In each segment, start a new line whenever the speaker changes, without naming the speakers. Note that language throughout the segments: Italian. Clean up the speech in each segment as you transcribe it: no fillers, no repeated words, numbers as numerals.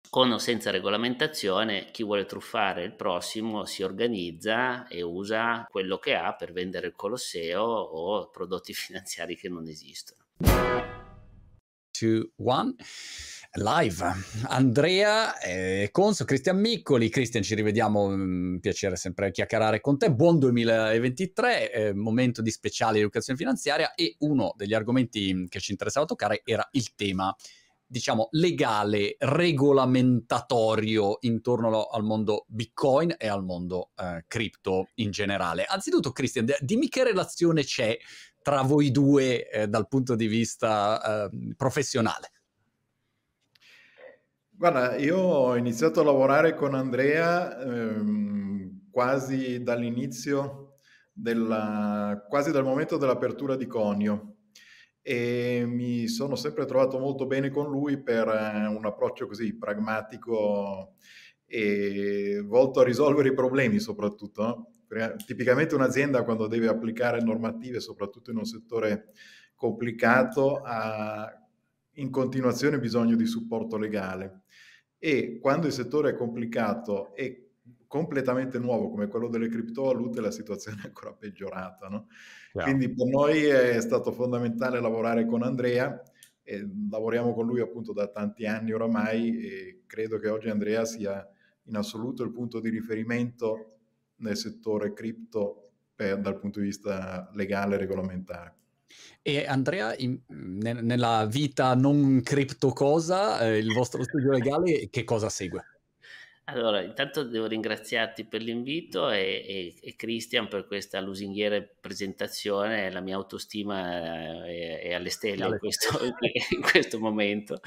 con o senza regolamentazione, chi vuole truffare il prossimo si organizza e usa quello che ha per vendere il Colosseo o prodotti finanziari che non esistono.
2, 1, live. Andrea, Conso, Cristian Miccoli. Cristian, ci rivediamo, piacere sempre chiacchierare con te. Buon 2023, momento di speciale educazione finanziaria, e uno degli argomenti che ci interessava toccare era il tema, diciamo, legale, regolamentatorio intorno al mondo Bitcoin e al mondo cripto in generale. Anzitutto, Cristian, dimmi che relazione c'è tra voi due dal punto di vista professionale.
Guarda, io ho iniziato a lavorare con Andrea quasi dall'inizio, quasi dal momento dell'apertura di Conio, e mi sono sempre trovato molto bene con lui per un approccio così pragmatico e volto a risolvere i problemi soprattutto, no? Tipicamente un'azienda, quando deve applicare normative, soprattutto in un settore complicato, ha in continuazione bisogno di supporto legale, e quando il settore è complicato e completamente nuovo come quello delle criptovalute, la situazione è ancora peggiorata, no? Quindi per noi è stato fondamentale lavorare con Andrea, e lavoriamo con lui appunto da tanti anni oramai, e credo che oggi Andrea sia in assoluto il punto di riferimento nel settore cripto dal punto di vista legale e regolamentare.
E Andrea, nella vita non cripto cosa, il vostro studio legale che cosa segue?
Allora, intanto devo ringraziarti per l'invito e Christian per questa lusinghiera presentazione. La mia autostima è alle stelle in questo momento.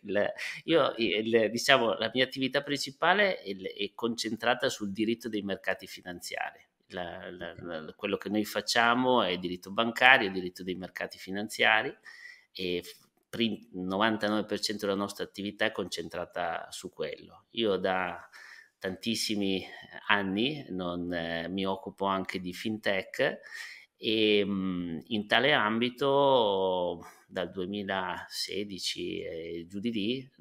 Diciamo, la mia attività principale è concentrata sul diritto dei mercati finanziari. Quello che noi facciamo è diritto bancario, diritto dei mercati finanziari, e il 99% della nostra attività è concentrata su quello. Io da tantissimi anni mi occupo anche di fintech, e in tale ambito dal 2016 e giù di lì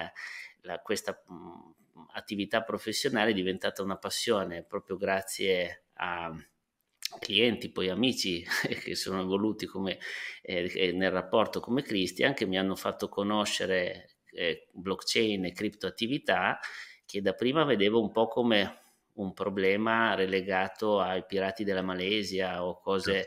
questa attività professionale è diventata una passione, proprio grazie a clienti, poi amici che sono evoluti nel rapporto come Christian, che mi hanno fatto conoscere blockchain e criptoattività, che da prima vedevo un po' come un problema relegato ai pirati della Malesia o cose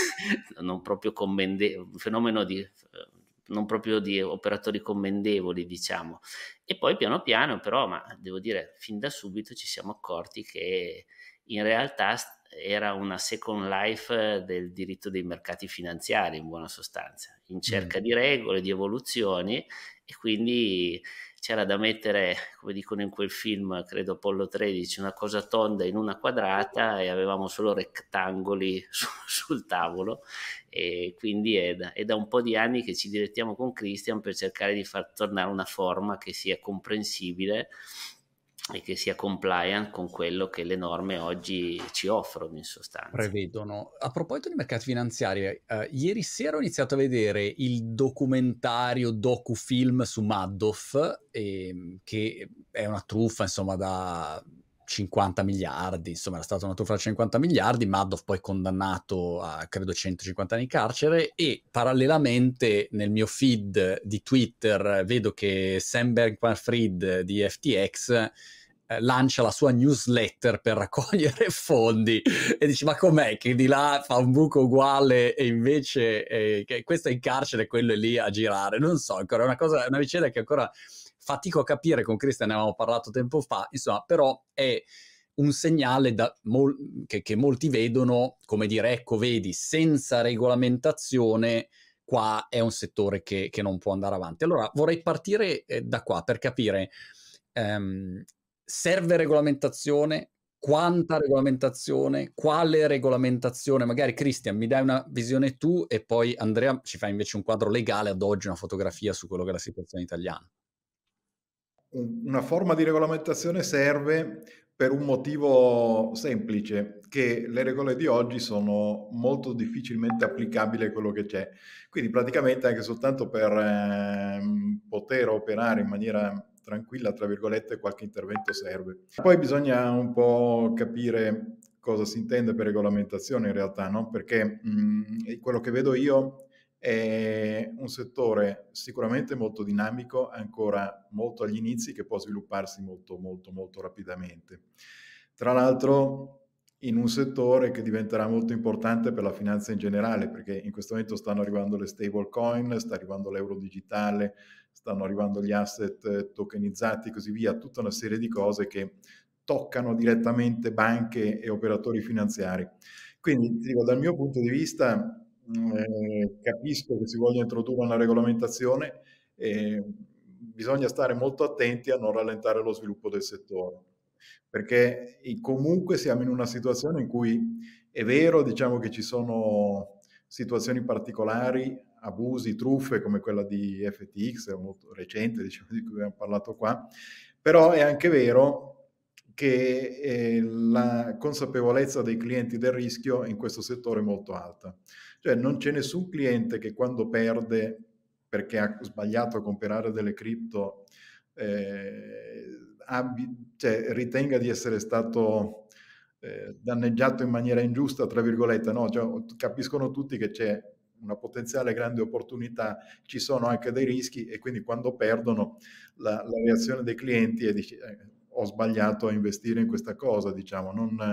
non proprio un fenomeno non proprio di operatori commendevoli, diciamo. E poi piano piano però, ma devo dire fin da subito, ci siamo accorti che in realtà era una second life del diritto dei mercati finanziari, in buona sostanza, in cerca di regole, di evoluzioni, e quindi c'era da mettere, come dicono in quel film, credo Apollo 13, una cosa tonda in una quadrata, e avevamo solo rettangoli sul tavolo, e quindi è da un po' di anni che ci direttiamo con Christian per cercare di far tornare una forma che sia comprensibile e che sia compliant con quello che le norme oggi ci offrono, in sostanza.
Prevedono. A proposito di mercati finanziari, ieri sera ho iniziato a vedere il documentario docufilm su Madoff, che è una truffa, insomma, da 50 miliardi, insomma, era stata una truffa da 50 miliardi, Madoff poi condannato a, credo, 150 anni di carcere, e parallelamente nel mio feed di Twitter vedo che Sam Bankman-Fried di FTX lancia la sua newsletter per raccogliere fondi, e dici: ma com'è che di là fa un buco uguale e invece che questo è in carcere e quello è lì a girare? Non so, ancora una vicenda che ancora fatico a capire. Con Cristian ne avevamo parlato tempo fa, insomma, però è un segnale che molti vedono come dire: ecco, vedi, senza regolamentazione qua è un settore che non può andare avanti. Allora vorrei partire da qua per capire, serve regolamentazione? Quanta regolamentazione? Quale regolamentazione? Magari Christian mi dai una visione tu, e poi Andrea ci fa invece un quadro legale ad oggi, una fotografia su quello che è la situazione italiana.
Una forma di regolamentazione serve per un motivo semplice, che le regole di oggi sono molto difficilmente applicabili a quello che c'è. Quindi praticamente anche soltanto per poter operare in maniera tranquilla, tra virgolette, qualche intervento serve. Poi bisogna un po' capire cosa si intende per regolamentazione in realtà, no? Perché quello che vedo io è un settore sicuramente molto dinamico, ancora molto agli inizi, che può svilupparsi molto, molto, molto rapidamente. Tra l'altro in un settore che diventerà molto importante per la finanza in generale, perché in questo momento stanno arrivando le stable coin, sta arrivando l'euro digitale, stanno arrivando gli asset tokenizzati e così via, tutta una serie di cose che toccano direttamente banche e operatori finanziari. Quindi, dico, dal mio punto di vista, capisco che si voglia introdurre una regolamentazione, bisogna stare molto attenti a non rallentare lo sviluppo del settore, perché comunque siamo in una situazione in cui è vero, diciamo che ci sono situazioni particolari, abusi, truffe come quella di FTX, molto recente, diciamo, di cui abbiamo parlato qua, però è anche vero che la consapevolezza dei clienti del rischio in questo settore è molto alta. Cioè non c'è nessun cliente che quando perde perché ha sbagliato a comprare delle cripto cioè, ritenga di essere stato danneggiato in maniera ingiusta, tra virgolette, no? Cioè, capiscono tutti che c'è una potenziale grande opportunità, ci sono anche dei rischi e quindi quando perdono la reazione dei clienti è ho sbagliato a investire in questa cosa, diciamo,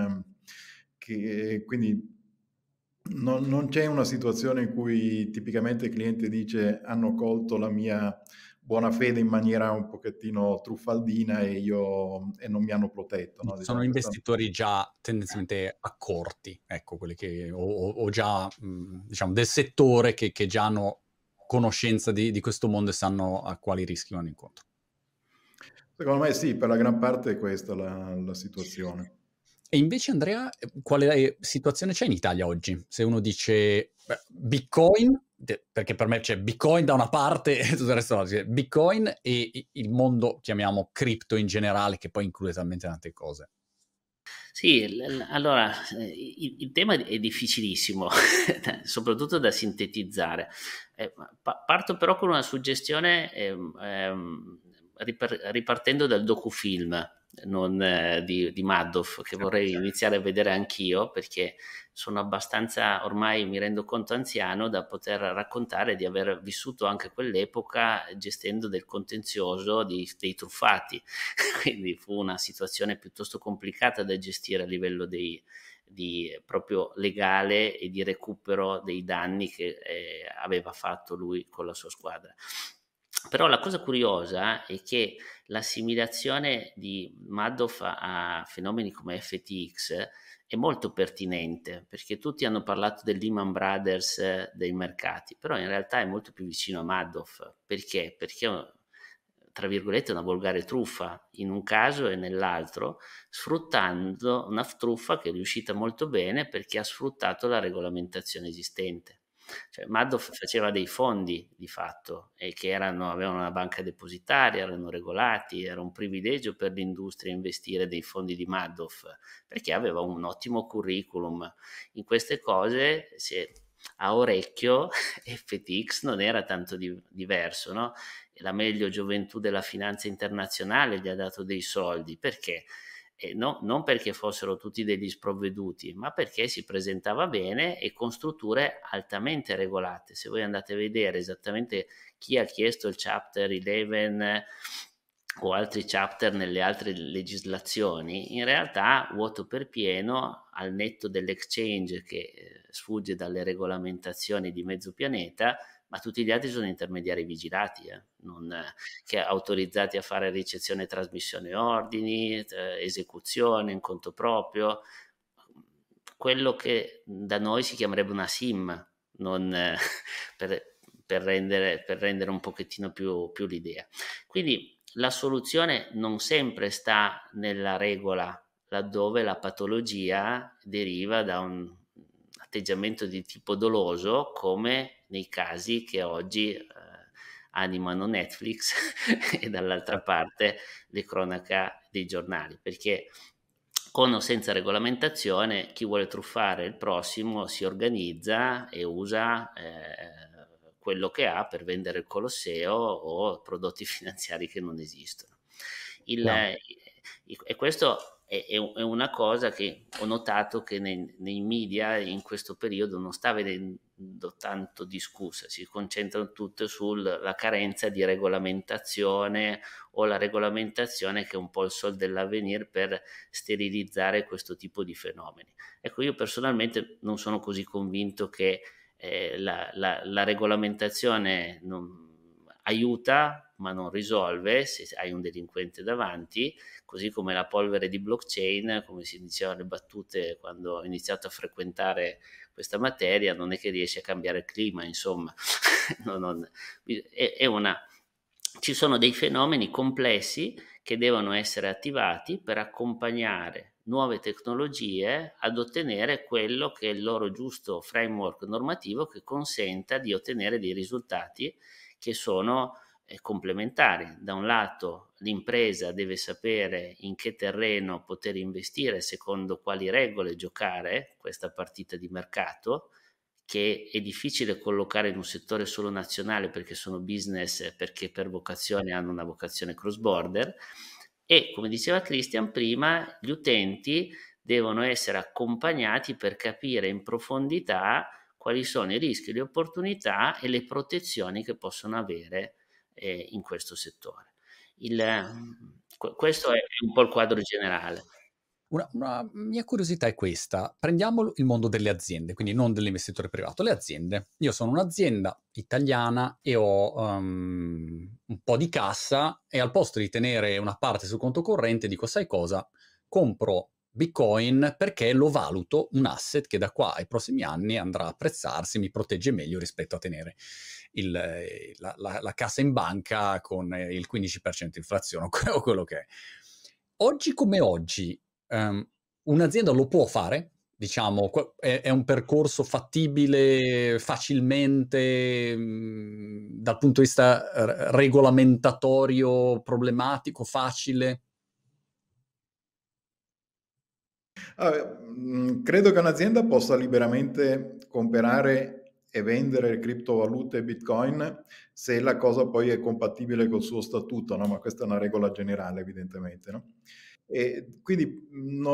quindi non c'è una situazione in cui tipicamente il cliente dice hanno colto la mia buona fede in maniera un pochettino truffaldina e non mi hanno protetto. No?
Sono
Diciamo,
investitori già tendenzialmente accorti, ecco, quelli che o già diciamo del settore che già hanno conoscenza di questo mondo e sanno a quali rischi vanno incontro.
Secondo me sì, per la gran parte è questa la situazione.
E invece Andrea, quale situazione c'è in Italia oggi? Se uno dice Bitcoin, perché per me c'è Bitcoin da una parte e tutto il resto Bitcoin e il mondo, chiamiamo cripto in generale, che poi include talmente tante cose.
Sì, allora il tema è difficilissimo, soprattutto da sintetizzare. Parto però con una suggestione ripartendo dal docufilm di Madoff, che vorrei iniziare a vedere anch'io, perché sono abbastanza, ormai mi rendo conto anziano, da poter raccontare di aver vissuto anche quell'epoca gestendo del contenzioso dei truffati. Quindi fu una situazione piuttosto complicata da gestire a livello di proprio legale e di recupero dei danni che aveva fatto lui con la sua squadra. Però la cosa curiosa è che l'assimilazione di Madoff a fenomeni come FTX è molto pertinente, perché tutti hanno parlato del Lehman Brothers dei mercati, però in realtà è molto più vicino a Madoff. Perché? Perché tra virgolette una volgare truffa in un caso e nell'altro, sfruttando una truffa che è riuscita molto bene perché ha sfruttato la regolamentazione esistente. Cioè, Madoff faceva dei fondi di fatto e che avevano una banca depositaria, erano regolati, era un privilegio per l'industria investire dei fondi di Madoff perché aveva un ottimo curriculum. In queste cose, se a orecchio, FTX non era tanto diverso, no? La meglio gioventù della finanza internazionale gli ha dato dei soldi, perché? Non perché fossero tutti degli sprovveduti, ma perché si presentava bene e con strutture altamente regolate. Se voi andate a vedere esattamente chi ha chiesto il Chapter 11 o altri chapter nelle altre legislazioni, in realtà vuoto per pieno, al netto dell'exchange che sfugge dalle regolamentazioni di mezzo pianeta, ma tutti gli altri sono intermediari vigilati, che autorizzati a fare ricezione, trasmissione ordini, esecuzione in conto proprio, quello che da noi si chiamerebbe una SIM, per rendere un pochettino più l'idea. Quindi la soluzione non sempre sta nella regola, laddove la patologia deriva da un atteggiamento di tipo doloso, come nei casi che oggi animano Netflix e dall'altra parte le cronache dei giornali, perché con o senza regolamentazione chi vuole truffare il prossimo si organizza e usa quello che ha per vendere il Colosseo o prodotti finanziari che non esistono.
Chiaro.
E questo è una cosa che ho notato che nei media in questo periodo non sta venendo tanto discussa, si concentrano tutte sulla carenza di regolamentazione o la regolamentazione che è un po' il sol dell'avvenire per sterilizzare questo tipo di fenomeni. Ecco, io personalmente non sono così convinto che la regolamentazione aiuta ma non risolve se hai un delinquente davanti, così come la polvere di blockchain, come si diceva nelle battute quando ho iniziato a frequentare questa materia, non è che riesce a cambiare il clima, insomma. È una, ci sono dei fenomeni complessi che devono essere attivati per accompagnare nuove tecnologie ad ottenere quello che è il loro giusto framework normativo che consenta di ottenere dei risultati che sono complementari. Da un lato l'impresa deve sapere in che terreno poter investire, secondo quali regole giocare questa partita di mercato, che è difficile collocare in un settore solo nazionale perché sono business, perché per vocazione hanno una vocazione cross border, e come diceva Christian prima, gli utenti devono essere accompagnati per capire in profondità quali sono i rischi, le opportunità e le protezioni che possono avere in questo settore. Questo è un po' il quadro generale.
Una mia curiosità è questa. Prendiamo il mondo delle aziende, quindi non dell'investitore privato, le aziende. Io sono un'azienda italiana e ho un po' di cassa e al posto di tenere una parte sul conto corrente dico, sai cosa? Compro Bitcoin perché lo valuto un asset che da qua ai prossimi anni andrà a apprezzarsi, mi protegge meglio rispetto a tenere la cassa in banca con il 15% di inflazione o quello che è. Oggi come oggi, un'azienda lo può fare? Diciamo, è un percorso fattibile facilmente dal punto di vista regolamentatorio, problematico, facile?
Credo che un'azienda possa liberamente comprare e vendere criptovalute e Bitcoin se la cosa poi è compatibile col suo statuto, no? Ma questa è una regola generale, evidentemente, no? E quindi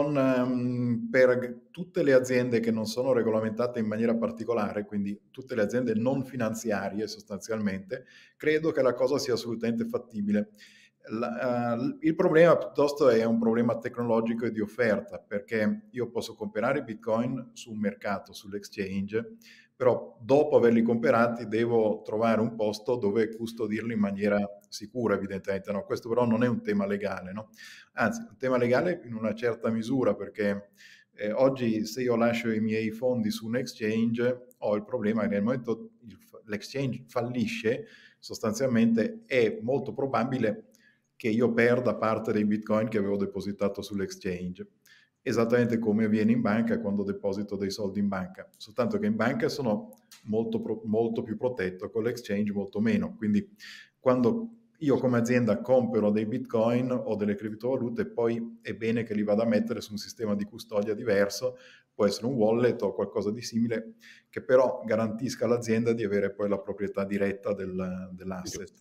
per tutte le aziende che non sono regolamentate in maniera particolare, quindi tutte le aziende non finanziarie sostanzialmente, credo che la cosa sia assolutamente fattibile. Il problema piuttosto è un problema tecnologico e di offerta, perché io posso comprare Bitcoin su un mercato, sull'exchange, però dopo averli comprati devo trovare un posto dove custodirli in maniera sicura, evidentemente. No? Questo però non è un tema legale, no? Anzi, un tema legale in una certa misura, perché oggi se io lascio i miei fondi su un exchange ho il problema che nel momento l'exchange fallisce, sostanzialmente è molto probabile che io perda parte dei bitcoin che avevo depositato sull'exchange, esattamente come avviene in banca quando deposito dei soldi in banca, soltanto che in banca sono molto più protetto, con l'exchange molto meno. Quindi quando io come azienda compro dei bitcoin o delle criptovalute, poi è bene che li vada a mettere su un sistema di custodia diverso, può essere un wallet o qualcosa di simile, che però garantisca all'azienda di avere poi la proprietà diretta dell'asset.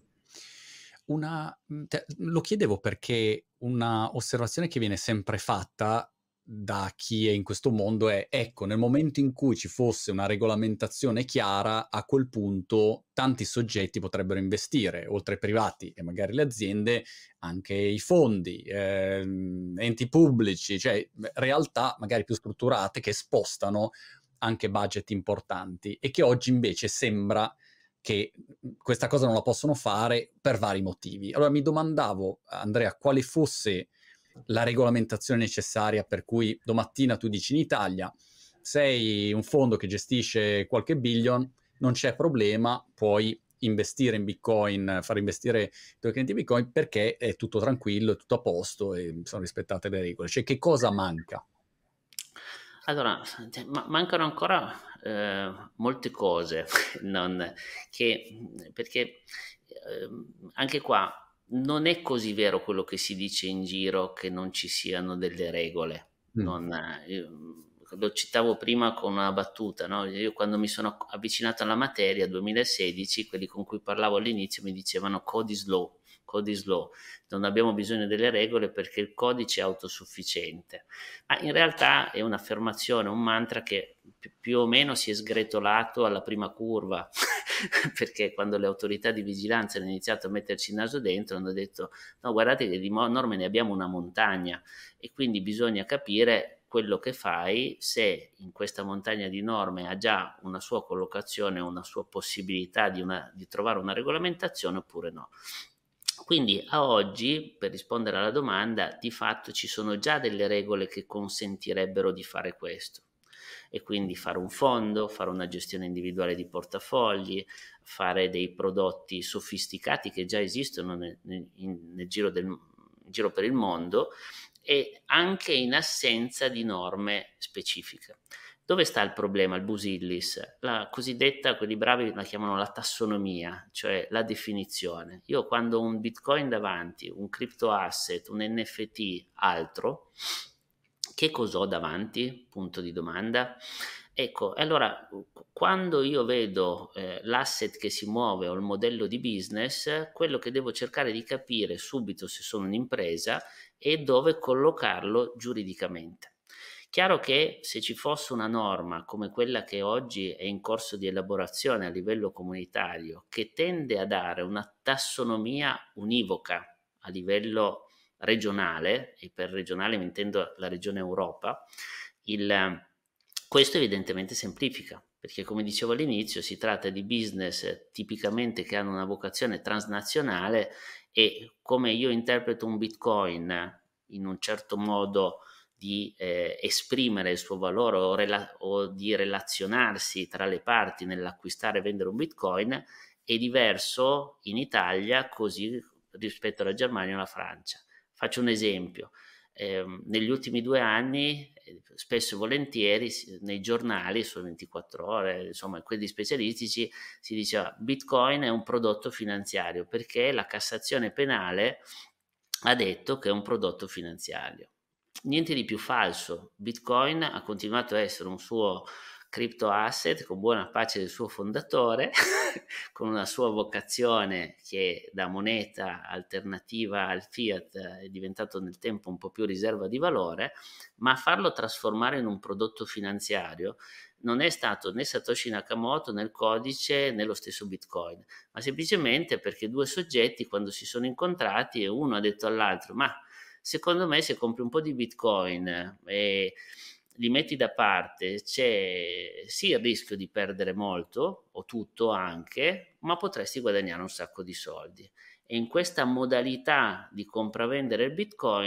Lo chiedevo perché una osservazione che viene sempre fatta da chi è in questo mondo è, ecco, nel momento in cui ci fosse una regolamentazione chiara, a quel punto tanti soggetti potrebbero investire, oltre ai privati e magari le aziende, anche i fondi, enti pubblici, cioè realtà magari più strutturate che spostano anche budget importanti e che oggi invece sembra che questa cosa non la possono fare per vari motivi. Allora mi domandavo, Andrea, quale fosse la regolamentazione necessaria per cui domattina tu dici in Italia sei un fondo che gestisce qualche billion, non c'è problema, puoi investire in Bitcoin, far investire i tuoi clienti in Bitcoin perché è tutto tranquillo, è tutto a posto e sono rispettate le regole. Cioè, che cosa manca?
Allora, mancano ancora molte cose, perché anche qua non è così vero quello che si dice in giro che non ci siano delle regole. Lo citavo prima con una battuta, no? Io quando mi sono avvicinato alla materia 2016, quelli con cui parlavo all'inizio mi dicevano code is law, code is law, non abbiamo bisogno delle regole perché il codice è autosufficiente. Ma in realtà è un'affermazione, un mantra che più o meno si è sgretolato alla prima curva, perché quando le autorità di vigilanza hanno iniziato a metterci il naso dentro, hanno detto no, guardate che di norme ne abbiamo una montagna e quindi bisogna capire quello che fai, se in questa montagna di norme ha già una sua collocazione, una sua possibilità di trovare una regolamentazione oppure no. Quindi a oggi, per rispondere alla domanda, di fatto ci sono già delle regole che consentirebbero di fare questo. E quindi fare un fondo, fare una gestione individuale di portafogli, fare dei prodotti sofisticati che già esistono nel giro per il mondo, e anche in assenza di norme specifiche. Dove sta il problema, il busillis? La cosiddetta, quelli bravi la chiamano la tassonomia, cioè la definizione. Io quando ho un bitcoin davanti, un crypto asset, un NFT, altro, che cos'ho davanti? Punto di domanda. Ecco, allora quando io vedo l'asset che si muove o il modello di business, quello che devo cercare di capire subito se sono un'impresa è dove collocarlo giuridicamente. Chiaro che se ci fosse una norma come quella che oggi è in corso di elaborazione a livello comunitario, che tende a dare una tassonomia univoca a livello regionale, e per regionale mi intendo la regione Europa, questo evidentemente semplifica, perché come dicevo all'inizio si tratta di business tipicamente che hanno una vocazione transnazionale e come io interpreto un bitcoin in un certo modo di esprimere il suo valore o di relazionarsi tra le parti nell'acquistare e vendere un bitcoin è diverso in Italia così rispetto alla Germania o alla Francia. Faccio un esempio. Negli ultimi 2 anni, spesso e volentieri, nei giornali, su 24 ore, insomma, quelli specialistici, si diceva Bitcoin è un prodotto finanziario perché la Cassazione penale ha detto che è un prodotto finanziario. Niente di più falso. Bitcoin ha continuato a essere un suo crypto asset con buona pace del suo fondatore, con una sua vocazione che da moneta alternativa al fiat è diventato nel tempo un po' più riserva di valore, ma farlo trasformare in un prodotto finanziario non è stato né Satoshi Nakamoto né il codice né lo stesso Bitcoin, ma semplicemente perché 2 soggetti quando si sono incontrati e uno ha detto all'altro ma secondo me se compri un po' di Bitcoin e li metti da parte c'è sì il rischio di perdere molto o tutto anche, ma potresti guadagnare un sacco di soldi. E in questa modalità di compravendere il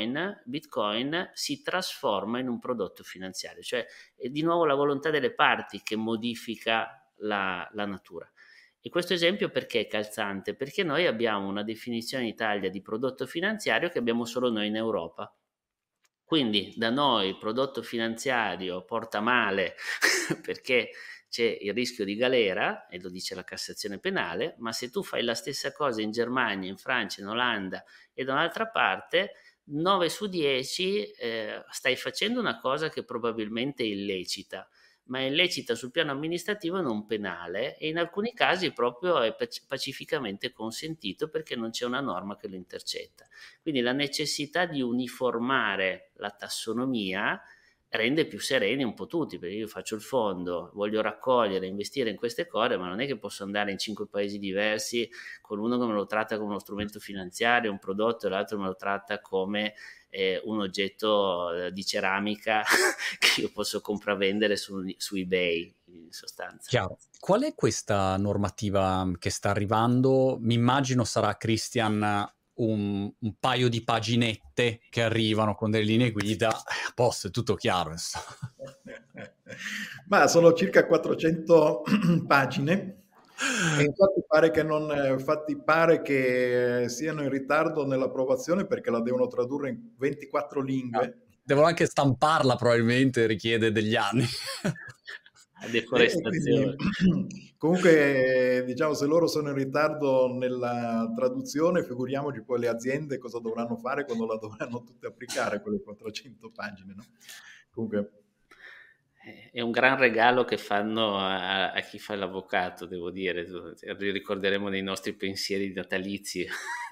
Bitcoin si trasforma in un prodotto finanziario, cioè è di nuovo la volontà delle parti che modifica la natura. E questo esempio perché è calzante? Perché noi abbiamo una definizione in Italia di prodotto finanziario che abbiamo solo noi in Europa. Quindi da noi il prodotto finanziario porta male perché c'è il rischio di galera, e lo dice la Cassazione penale, ma se tu fai la stessa cosa in Germania, in Francia, in Olanda e da un'altra parte, 9 su 10 stai facendo una cosa che probabilmente è illecita, ma è illecita sul piano amministrativo e non penale, e in alcuni casi proprio è pacificamente consentito perché non c'è una norma che lo intercetta. Quindi la necessità di uniformare la tassonomia rende più sereni un po' tutti, perché io faccio il fondo, voglio raccogliere, investire in queste cose, ma non è che posso andare in 5 paesi diversi con uno che me lo tratta come uno strumento finanziario, un prodotto, e l'altro me lo tratta come un oggetto di ceramica che io posso compravendere su eBay, in sostanza.
Chiaro. Qual è questa normativa che sta arrivando? Mi immagino sarà, Christian, un paio di paginette che arrivano con delle linee guida, a posto, è tutto chiaro.
Ma sono circa 400 pagine. E infatti pare che siano in ritardo nell'approvazione perché la devono tradurre in 24 lingue.
Devono anche stamparla, probabilmente richiede degli anni.
A deforestazione.
Comunque, diciamo, se loro sono in ritardo nella traduzione, figuriamoci poi le aziende cosa dovranno fare quando la dovranno tutte applicare, quelle 400 pagine, no? Comunque...
È un gran regalo che fanno a chi fa l'avvocato, devo dire. Ricorderemo nei nostri pensieri natalizi.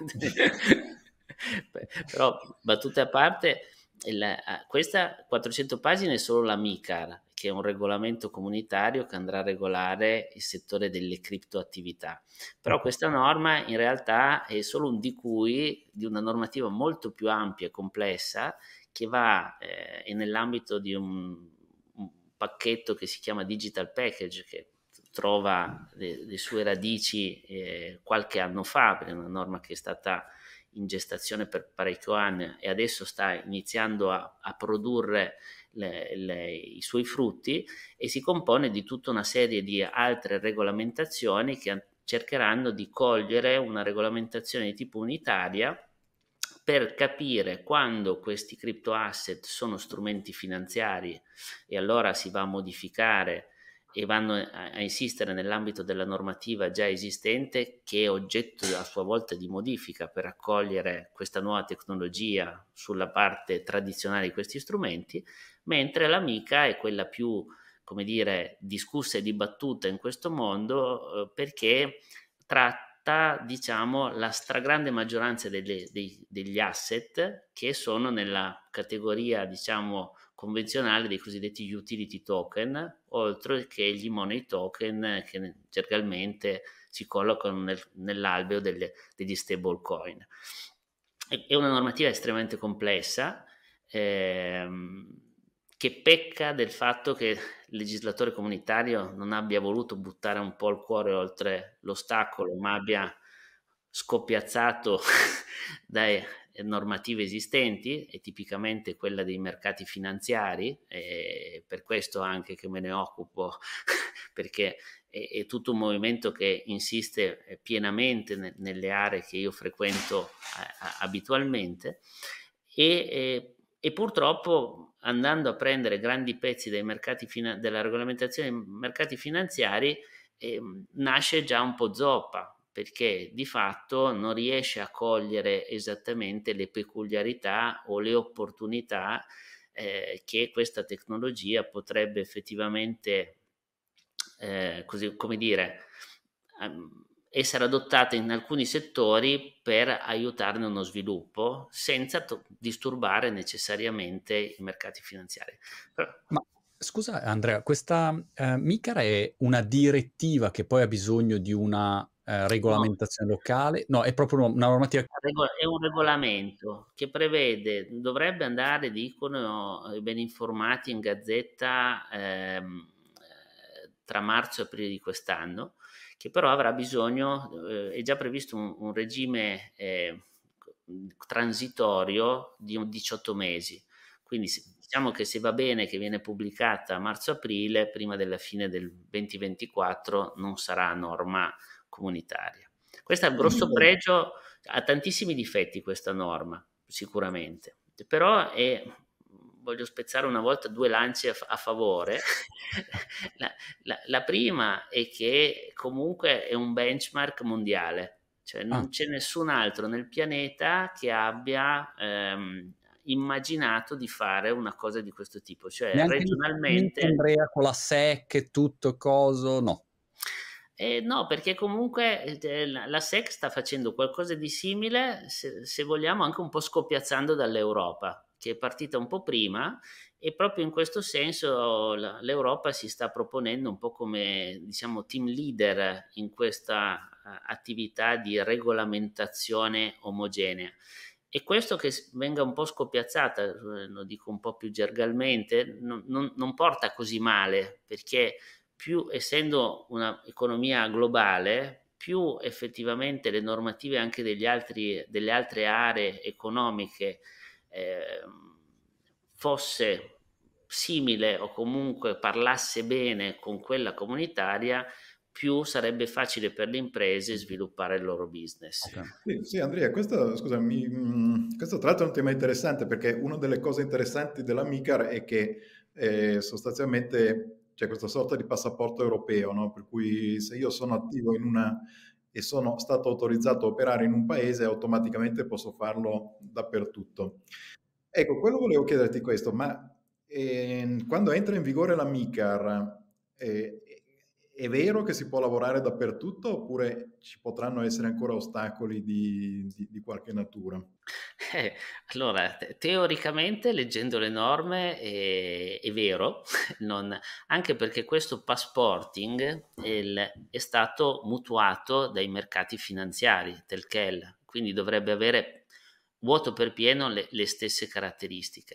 Però, battute a parte, questa 400 pagine è solo la MiCAR, che è un regolamento comunitario che andrà a regolare il settore delle criptoattività. Però questa norma in realtà è solo un di cui di una normativa molto più ampia e complessa, che va è nell'ambito di un pacchetto che si chiama Digital Package, che trova le sue radici qualche anno fa, per una norma che è stata in gestazione per parecchio anni e adesso sta iniziando a produrre i suoi frutti, e si compone di tutta una serie di altre regolamentazioni che cercheranno di cogliere una regolamentazione di tipo unitaria per capire quando questi crypto asset sono strumenti finanziari, e allora si va a modificare e vanno a insistere nell'ambito della normativa già esistente, che è oggetto a sua volta di modifica per accogliere questa nuova tecnologia sulla parte tradizionale di questi strumenti, mentre l'amica è quella più, come dire, discussa e dibattuta in questo mondo, perché tratta, diciamo, la stragrande maggioranza degli asset che sono nella categoria, diciamo, convenzionale dei cosiddetti utility token, oltre che gli money token che gergalmente si collocano nell'alveo degli stable coin. È una normativa estremamente complessa, che pecca del fatto che il legislatore comunitario non abbia voluto buttare un po' il cuore oltre l'ostacolo, ma abbia scoppiazzato dai normative esistenti, e tipicamente quella dei mercati finanziari, e per questo anche che me ne occupo, perché è tutto un movimento che insiste pienamente nelle aree che io frequento abitualmente, e purtroppo, andando a prendere grandi pezzi dei mercati della regolamentazione dei mercati finanziari, nasce già un po' zoppa, perché di fatto non riesce a cogliere esattamente le peculiarità o le opportunità che questa tecnologia potrebbe effettivamente, così come dire, essere adottata in alcuni settori per aiutarne uno sviluppo senza disturbare necessariamente i mercati finanziari. Però,
Ma scusa Andrea, questa MiCAR è una direttiva che poi ha bisogno di una
no,
regolamentazione locale? No, è proprio una normativa.
è un regolamento che prevede, dovrebbe andare, dicono i ben informati, in Gazzetta tra marzo e aprile di quest'anno, che però avrà bisogno, è già previsto un regime transitorio di 18 mesi, quindi diciamo che se va bene che viene pubblicata a marzo-aprile, prima della fine del 2024 non sarà norma comunitaria. Questo è il grosso pregio. Ha tantissimi difetti questa norma, sicuramente, però voglio spezzare una volta due lance a favore. La prima è che comunque è un benchmark mondiale, cioè non c'è nessun altro nel pianeta che abbia immaginato di fare una cosa di questo tipo, cioè
Neanche
regionalmente.
Andrea con la SEC e tutto coso, no.
No, perché comunque la SEC sta facendo qualcosa di simile, se vogliamo, anche un po' scoppiazzando dall'Europa, che è partita un po' prima, e proprio in questo senso l'Europa si sta proponendo un po' come, diciamo, team leader in questa attività di regolamentazione omogenea. E questo che venga un po' scoppiazzata, lo dico un po' più gergalmente, non porta così male, perché più, essendo un'economia globale, più effettivamente le normative anche delle altre aree economiche fosse simile o comunque parlasse bene con quella comunitaria, più sarebbe facile per le imprese sviluppare il loro business.
Okay. Sì, Andrea, questo, scusami, questo tra l'altro è un tema interessante, perché una delle cose interessanti della MiCAR è che sostanzialmente c'è questa sorta di passaporto europeo, no? Per cui se io sono attivo in una e sono stato autorizzato a operare in un paese, automaticamente posso farlo dappertutto. Ecco, quello volevo chiederti questo, ma quando entra in vigore la MiCAR, è vero che si può lavorare dappertutto oppure ci potranno essere ancora ostacoli di qualche natura?
Eh, allora, teoricamente, leggendo le norme, è vero, anche perché questo passporting è stato mutuato dai mercati finanziari, Telkel, quindi dovrebbe avere vuoto per pieno le stesse caratteristiche.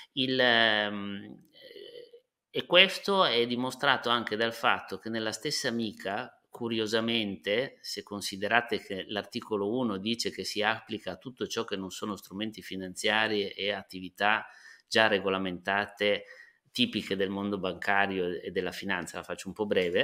E questo è dimostrato anche dal fatto che nella stessa MiCA, curiosamente, se considerate che l'articolo 1 dice che si applica a tutto ciò che non sono strumenti finanziari e attività già regolamentate tipiche del mondo bancario e della finanza, la faccio un po' breve,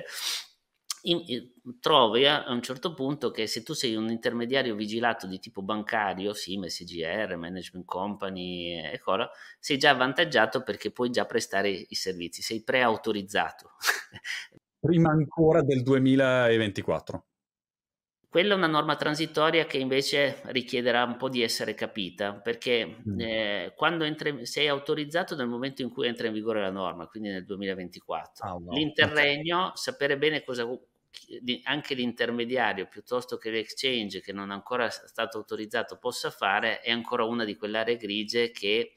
trovi a un certo punto che se tu sei un intermediario vigilato di tipo bancario, Siemens, CGR, Management Company, sei già avvantaggiato perché puoi già prestare i servizi, sei preautorizzato.
Prima ancora del 2024.
Quella è una norma transitoria che invece richiederà un po' di essere capita, perché quando sei autorizzato nel momento in cui entra in vigore la norma, quindi nel 2024.
Ah, wow.
L'interregno, sapere bene anche l'intermediario piuttosto che l'exchange che non è ancora stato autorizzato possa fare, è ancora una di quelle aree grigie che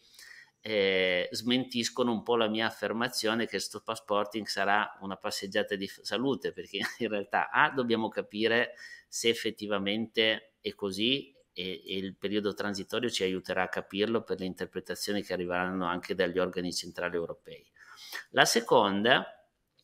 smentiscono un po' la mia affermazione che sto passporting sarà una passeggiata di salute, perché in realtà dobbiamo capire se effettivamente è così e il periodo transitorio ci aiuterà a capirlo per le interpretazioni che arriveranno anche dagli organi centrali europei. La seconda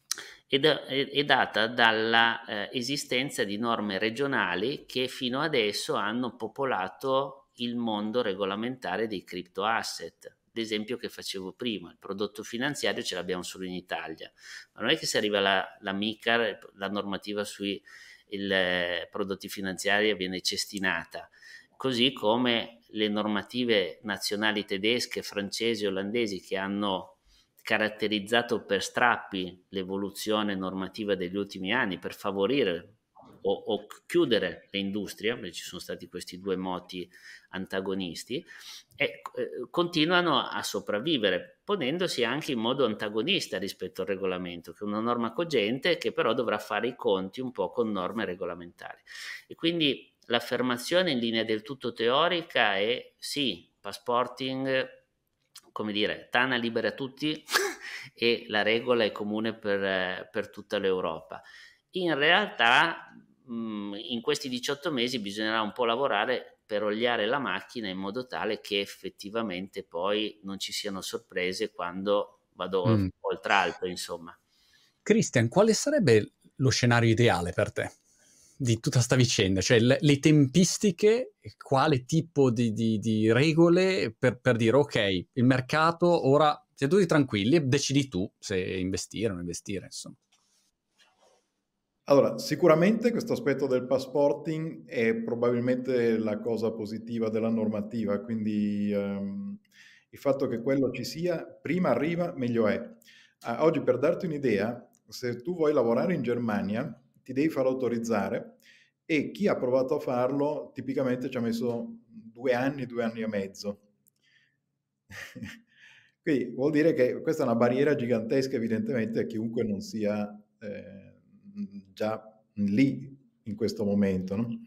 è data dalla esistenza di norme regionali che fino adesso hanno popolato il mondo regolamentare dei crypto asset. L'esempio che facevo prima, il prodotto finanziario ce l'abbiamo solo in Italia, ma non è che se arriva la MiCAR, la normativa sui prodotti finanziari viene cestinata, così come le normative nazionali tedesche, francesi, olandesi che hanno caratterizzato per strappi l'evoluzione normativa degli ultimi anni per favorire o chiudere le industrie, perché ci sono stati questi due moti antagonisti, e continuano a sopravvivere, ponendosi anche in modo antagonista rispetto al regolamento, che è una norma cogente che però dovrà fare i conti un po' con norme regolamentari. E quindi l'affermazione in linea del tutto teorica è sì, passporting, come dire, Tana libera tutti e la regola è comune per tutta l'Europa. In realtà in questi 18 mesi bisognerà un po' lavorare per oliare la macchina in modo tale che effettivamente poi non ci siano sorprese quando vado oltre Alpe, insomma.
Christian, quale sarebbe lo scenario ideale per te di tutta sta vicenda? Cioè le tempistiche, quale tipo di regole per dire ok, il mercato ora siete tutti tranquilli e decidi tu se investire o non investire, insomma.
Allora, sicuramente questo aspetto del passporting è probabilmente la cosa positiva della normativa, quindi il fatto che quello ci sia, prima arriva, meglio è. Oggi, per darti un'idea, se tu vuoi lavorare in Germania, ti devi far autorizzare e chi ha provato a farlo tipicamente ci ha messo 2 anni e mezzo. Quindi vuol dire che questa è una barriera gigantesca evidentemente a chiunque non sia già lì in questo momento, no?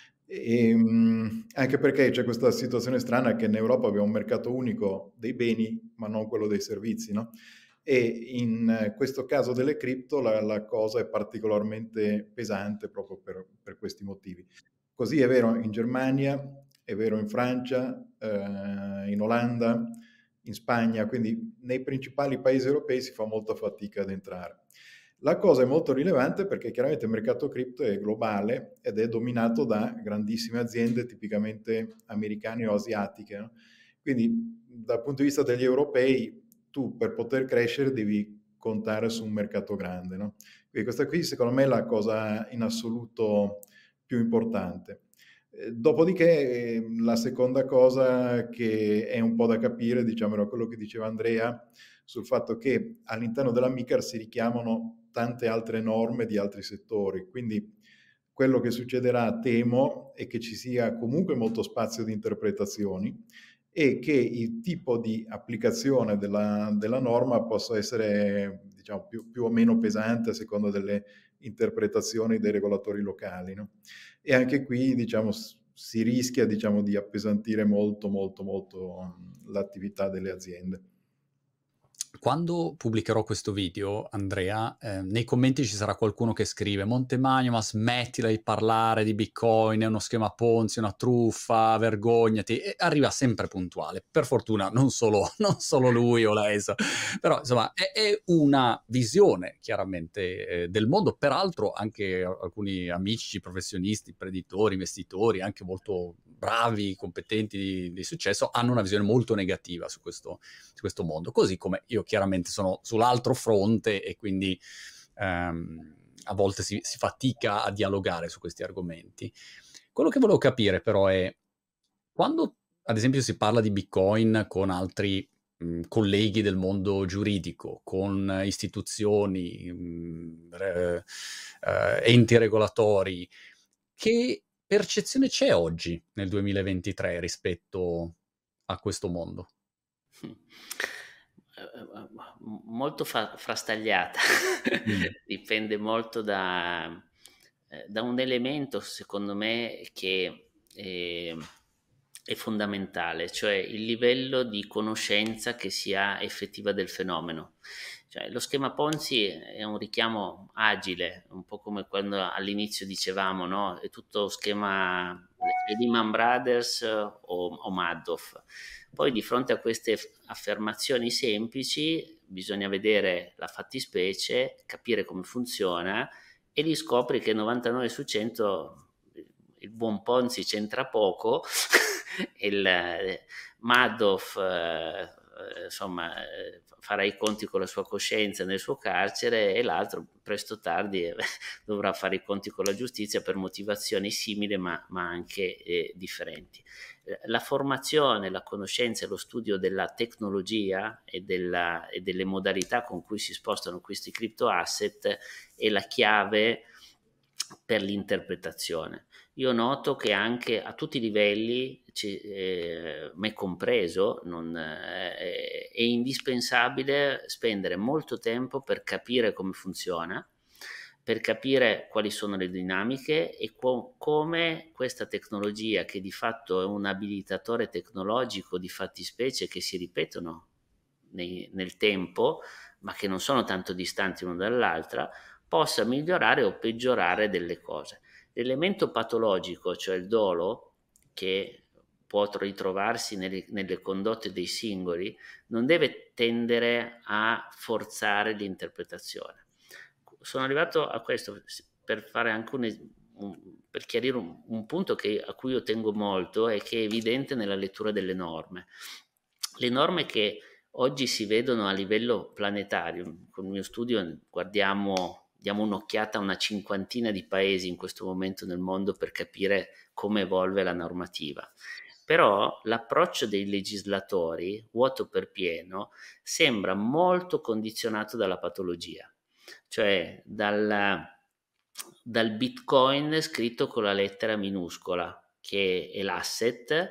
Anche perché c'è questa situazione strana che in Europa abbiamo un mercato unico dei beni ma non quello dei servizi, no? E in questo caso delle cripto la cosa è particolarmente pesante proprio per questi motivi. Così è vero in Germania, è vero in Francia, in Olanda, in Spagna, quindi nei principali paesi europei si fa molta fatica ad entrare. La cosa è molto rilevante perché chiaramente il mercato cripto è globale ed è dominato da grandissime aziende tipicamente americane o asiatiche, no? Quindi dal punto di vista degli europei tu per poter crescere devi contare su un mercato grande, no? Quindi questa qui secondo me è la cosa in assoluto più importante. Dopodiché la seconda cosa che è un po' da capire, diciamo, era quello che diceva Andrea sul fatto che all'interno della MiCAR si richiamano tante altre norme di altri settori, quindi quello che succederà, temo, è che ci sia comunque molto spazio di interpretazioni e che il tipo di applicazione della norma possa essere, diciamo, più o meno pesante a seconda delle interpretazioni dei regolatori locali, no? E anche qui, diciamo, si rischia, diciamo, di appesantire molto l'attività delle aziende.
Quando pubblicherò questo video, Andrea, nei commenti ci sarà qualcuno che scrive: Montemagno, ma smettila di parlare di Bitcoin, è uno schema Ponzi, una truffa, vergognati, e arriva sempre puntuale. Per fortuna non solo lui o la ESA, però insomma è una visione chiaramente del mondo. Peraltro anche alcuni amici, professionisti, imprenditori, investitori, anche molto bravi, competenti di successo, hanno una visione molto negativa su questo mondo, così come io chiaramente sono sull'altro fronte e quindi a volte si fatica a dialogare su questi argomenti. Quello che volevo capire però è, quando ad esempio si parla di Bitcoin con altri colleghi del mondo giuridico, con istituzioni, enti regolatori, che percezione c'è oggi nel 2023 rispetto a questo mondo?
Molto frastagliata. Dipende molto da un elemento, secondo me, che è fondamentale, cioè il livello di conoscenza che si ha effettiva del fenomeno. Cioè, lo schema Ponzi è un richiamo agile, un po' come quando all'inizio dicevamo, no? È tutto schema Lehman Brothers o Madoff. Poi di fronte a queste affermazioni semplici bisogna vedere la fattispecie, capire come funziona, e lì scopri che 99 su 100 il buon Ponzi c'entra poco, il Madoff insomma farà i conti con la sua coscienza nel suo carcere, e l'altro presto o tardi dovrà fare i conti con la giustizia per motivazioni simili ma anche differenti. La formazione, la conoscenza e lo studio della tecnologia e delle modalità con cui si spostano questi crypto asset è la chiave per l'interpretazione. Io noto che anche a tutti i livelli, me compreso, è indispensabile spendere molto tempo per capire come funziona, per capire quali sono le dinamiche e come questa tecnologia, che di fatto è un abilitatore tecnologico di fattispecie che si ripetono nel tempo, ma che non sono tanto distanti l'una dall'altra, possa migliorare o peggiorare delle cose. L'elemento patologico, cioè il dolo, che può ritrovarsi nelle condotte dei singoli, non deve tendere a forzare l'interpretazione. Sono arrivato a questo per fare anche per chiarire un punto a cui io tengo molto e che è evidente nella lettura delle norme. Le norme che oggi si vedono a livello planetario, con il mio studio diamo un'occhiata a una cinquantina di paesi in questo momento nel mondo per capire come evolve la normativa. Però l'approccio dei legislatori, vuoto per pieno, sembra molto condizionato dalla patologia, cioè dal Bitcoin scritto con la lettera minuscola, che è l'asset,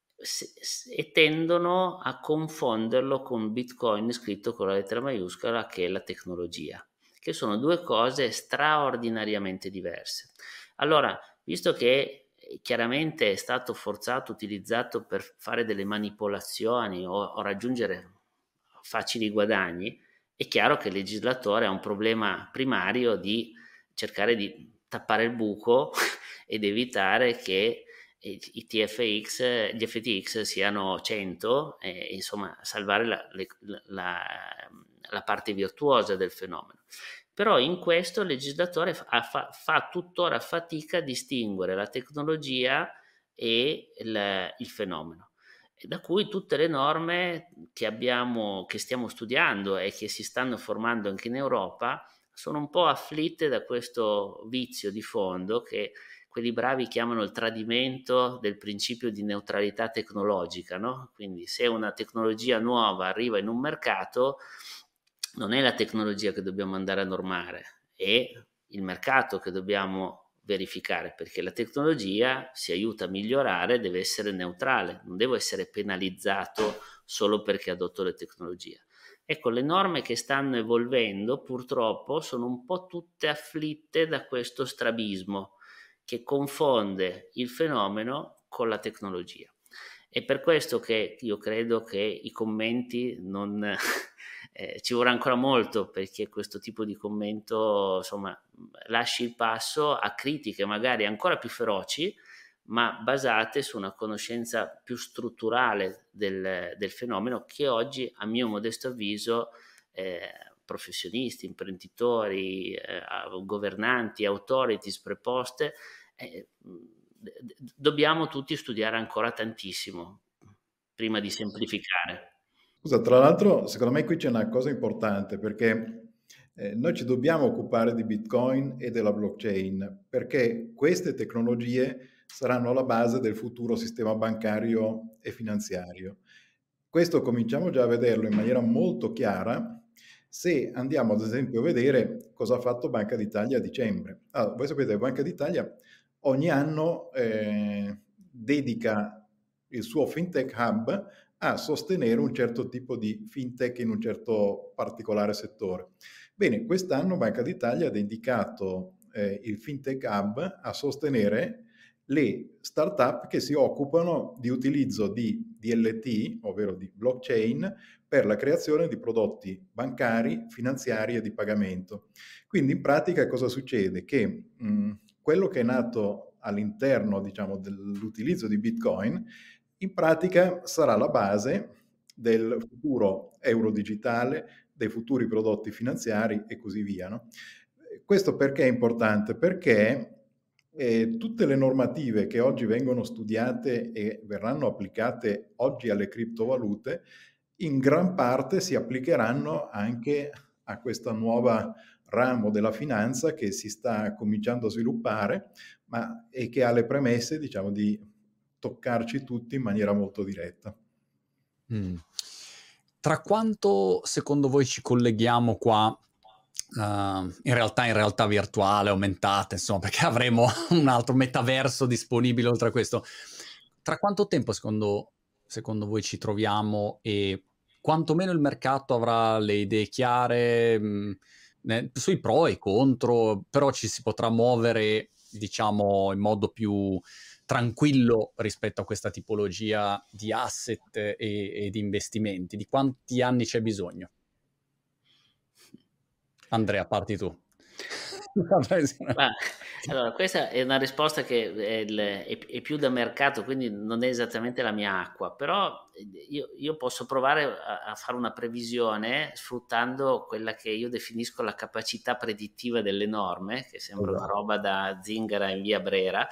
e tendono a confonderlo con Bitcoin scritto con la lettera maiuscola, che è la tecnologia, che sono due cose straordinariamente diverse. Allora, visto che chiaramente è stato forzato, utilizzato per fare delle manipolazioni o raggiungere facili guadagni, è chiaro che il legislatore ha un problema primario di cercare di tappare il buco ed evitare che i TFX, gli FTX siano 100, e insomma salvare la parte virtuosa del fenomeno. Però in questo il legislatore fa tuttora fatica a distinguere la tecnologia e il fenomeno, da cui tutte le norme che stiamo studiando e che si stanno formando anche in Europa sono un po' afflitte da questo vizio di fondo che quelli bravi chiamano il tradimento del principio di neutralità tecnologica, no? Quindi se una tecnologia nuova arriva in un mercato, non è la tecnologia che dobbiamo andare a normare, è il mercato che dobbiamo verificare, perché la tecnologia si aiuta a migliorare, deve essere neutrale, non devo essere penalizzato solo perché adotto le tecnologie. Ecco, le norme che stanno evolvendo purtroppo sono un po' tutte afflitte da questo strabismo che confonde il fenomeno con la tecnologia. È per questo che io credo che i commenti non... ci vorrà ancora molto perché questo tipo di commento, insomma, lasci il passo a critiche magari ancora più feroci, ma basate su una conoscenza più strutturale del fenomeno che oggi, a mio modesto avviso, professionisti, imprenditori, governanti, authorities preposte, dobbiamo tutti studiare ancora tantissimo prima di semplificare.
Scusa, tra l'altro, secondo me qui c'è una cosa importante perché noi ci dobbiamo occupare di Bitcoin e della blockchain perché queste tecnologie saranno alla base del futuro sistema bancario e finanziario. Questo cominciamo già a vederlo in maniera molto chiara se andiamo ad esempio a vedere cosa ha fatto Banca d'Italia a dicembre. Allora, voi sapete che Banca d'Italia ogni anno dedica il suo FinTech Hub a sostenere un certo tipo di fintech in un certo particolare settore. Bene, quest'anno Banca d'Italia ha dedicato il FinTech Hub a sostenere le start-up che si occupano di utilizzo di DLT, ovvero di blockchain, per la creazione di prodotti bancari, finanziari e di pagamento. Quindi in pratica cosa succede? Che quello che è nato all'interno, diciamo, dell'utilizzo di Bitcoin in pratica sarà la base del futuro euro digitale, dei futuri prodotti finanziari e così via. No? Questo perché è importante? Perché tutte le normative che oggi vengono studiate e verranno applicate oggi alle criptovalute, in gran parte si applicheranno anche a questa nuova ramo della finanza che si sta cominciando a sviluppare, e che ha le premesse, diciamo, di toccarci tutti in maniera molto diretta.
Tra quanto secondo voi ci colleghiamo qua in realtà virtuale, aumentata, insomma, perché avremo un altro metaverso disponibile oltre a questo. Tra quanto tempo secondo voi ci troviamo e quantomeno il mercato avrà le idee chiare sui pro e contro, però ci si potrà muovere, diciamo, in modo più tranquillo rispetto a questa tipologia di asset e di investimenti? Di quanti anni c'è bisogno? Andrea, parti tu.
Allora, questa è una risposta che è più da mercato, quindi non è esattamente la mia acqua, però io posso provare a fare una previsione sfruttando quella che io definisco la capacità predittiva delle norme, che sembra una roba da zingara in via Brera,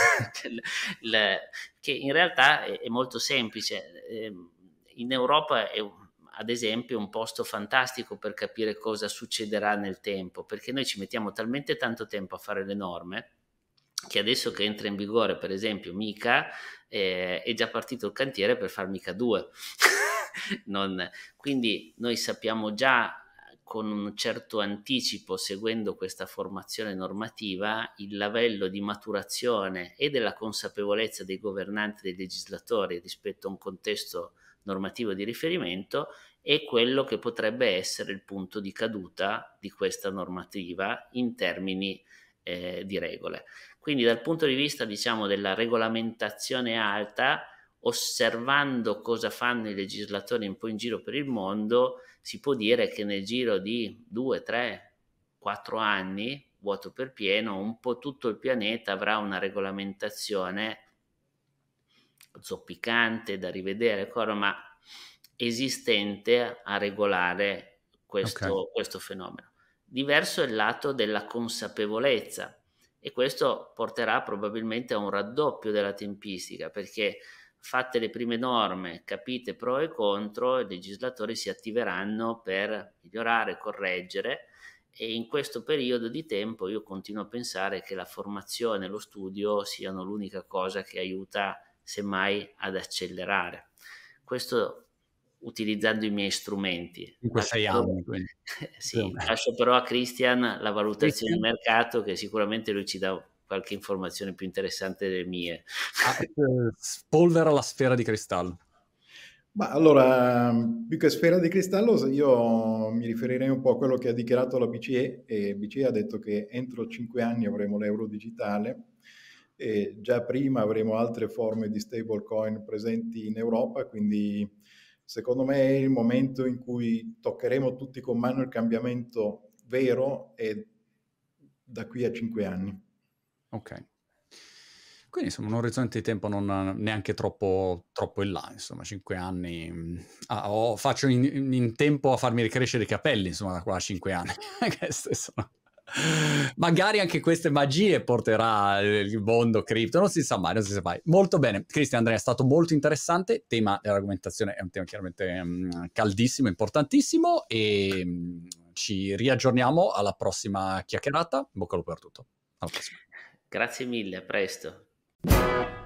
che in realtà è molto semplice. In Europa ad esempio, un posto fantastico per capire cosa succederà nel tempo, perché noi ci mettiamo talmente tanto tempo a fare le norme che adesso che entra in vigore, per esempio, MiCA, è già partito il cantiere per far MiCA 2. Quindi noi sappiamo già con un certo anticipo, seguendo questa formazione normativa, il livello di maturazione e della consapevolezza dei governanti e dei legislatori rispetto a un contesto normativo di riferimento è quello che potrebbe essere il punto di caduta di questa normativa in termini di regole. Quindi dal punto di vista, diciamo, della regolamentazione alta, osservando cosa fanno i legislatori un po' in giro per il mondo, si può dire che nel giro di 2, 3, 4 anni, vuoto per pieno, un po' tutto il pianeta avrà una regolamentazione zoppicante da rivedere, ma esistente a regolare questo fenomeno. Diverso è il lato della consapevolezza e questo porterà probabilmente a un raddoppio della tempistica, perché fatte le prime norme, capite pro e contro, i legislatori si attiveranno per migliorare, correggere, e in questo periodo di tempo io continuo a pensare che la formazione e lo studio siano l'unica cosa che aiuta semmai ad accelerare. Questo utilizzando i miei strumenti.
In questi 6 anni,
sì, lascio però a Christian la valutazione di mercato, che sicuramente lui ci dà qualche informazione più interessante delle mie.
Spolvera la sfera di cristallo.
Ma allora, più che sfera di cristallo, io mi riferirei un po' a quello che ha dichiarato la BCE, e BCE ha detto che entro 5 anni avremo l'euro digitale, e già prima avremo altre forme di stablecoin presenti in Europa, quindi secondo me è il momento in cui toccheremo tutti con mano il cambiamento vero, e da qui a 5 anni.
Ok. Quindi insomma un orizzonte di tempo non neanche troppo in là, insomma 5 anni. Faccio in tempo a farmi ricrescere i capelli, insomma, da qua a 5 anni. Magari anche queste magie porterà il mondo cripto, non si sa mai, non si sa mai. Molto bene, Cristian, Andrea, è stato molto interessante, tema dell'argomentazione è un tema chiaramente caldissimo, importantissimo, e ci riaggiorniamo alla prossima chiacchierata. In bocca al lupo per tutto. Alla prossima.
Grazie mille, a presto.